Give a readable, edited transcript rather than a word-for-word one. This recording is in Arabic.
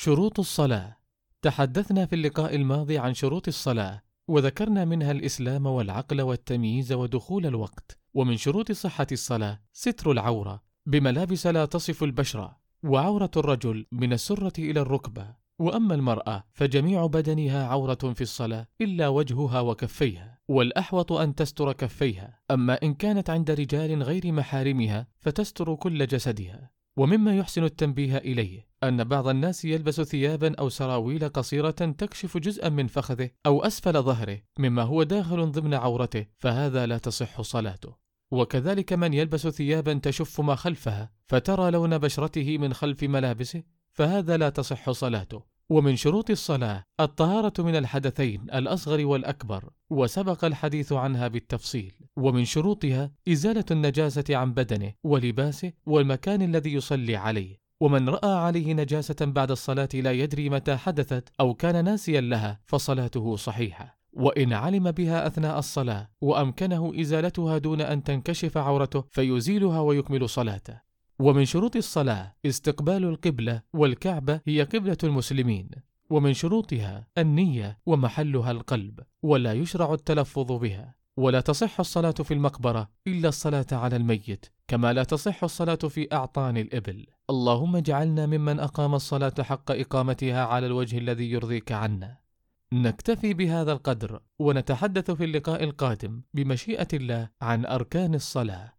شروط الصلاة. تحدثنا في اللقاء الماضي عن شروط الصلاة، وذكرنا منها الإسلام والعقل والتمييز ودخول الوقت. ومن شروط صحة الصلاة ستر العورة بملابس لا تصف البشرة، وعورة الرجل من السرة إلى الركبة، وأما المرأة فجميع بدنها عورة في الصلاة إلا وجهها وكفيها، والأحوط أن تستر كفيها، أما إن كانت عند رجال غير محارمها فتستر كل جسدها. ومما يحسن التنبيه إليه أن بعض الناس يلبس ثيابا أو سراويل قصيرة تكشف جزءا من فخذه أو أسفل ظهره مما هو داخل ضمن عورته، فهذا لا تصح صلاته. وكذلك من يلبس ثيابا تشف ما خلفها فترى لون بشرته من خلف ملابسه، فهذا لا تصح صلاته. ومن شروط الصلاة الطهارة من الحدثين الأصغر والأكبر، وسبق الحديث عنها بالتفصيل. ومن شروطها إزالة النجاسة عن بدنه ولباسه والمكان الذي يصلي عليه. ومن رأى عليه نجاسة بعد الصلاة لا يدري متى حدثت أو كان ناسيا لها فصلاته صحيحة، وإن علم بها أثناء الصلاة وأمكنه إزالتها دون أن تنكشف عورته فيزيلها ويكمل صلاته. ومن شروط الصلاة استقبال القبلة، والكعبة هي قبلة المسلمين. ومن شروطها النية ومحلها القلب، ولا يشرع التلفظ بها. ولا تصح الصلاة في المقبرة إلا الصلاة على الميت، كما لا تصح الصلاة في أعطان الإبل. اللهم اجعلنا ممن أقام الصلاة حق إقامتها على الوجه الذي يرضيك عنا. نكتفي بهذا القدر، ونتحدث في اللقاء القادم بمشيئة الله عن أركان الصلاة.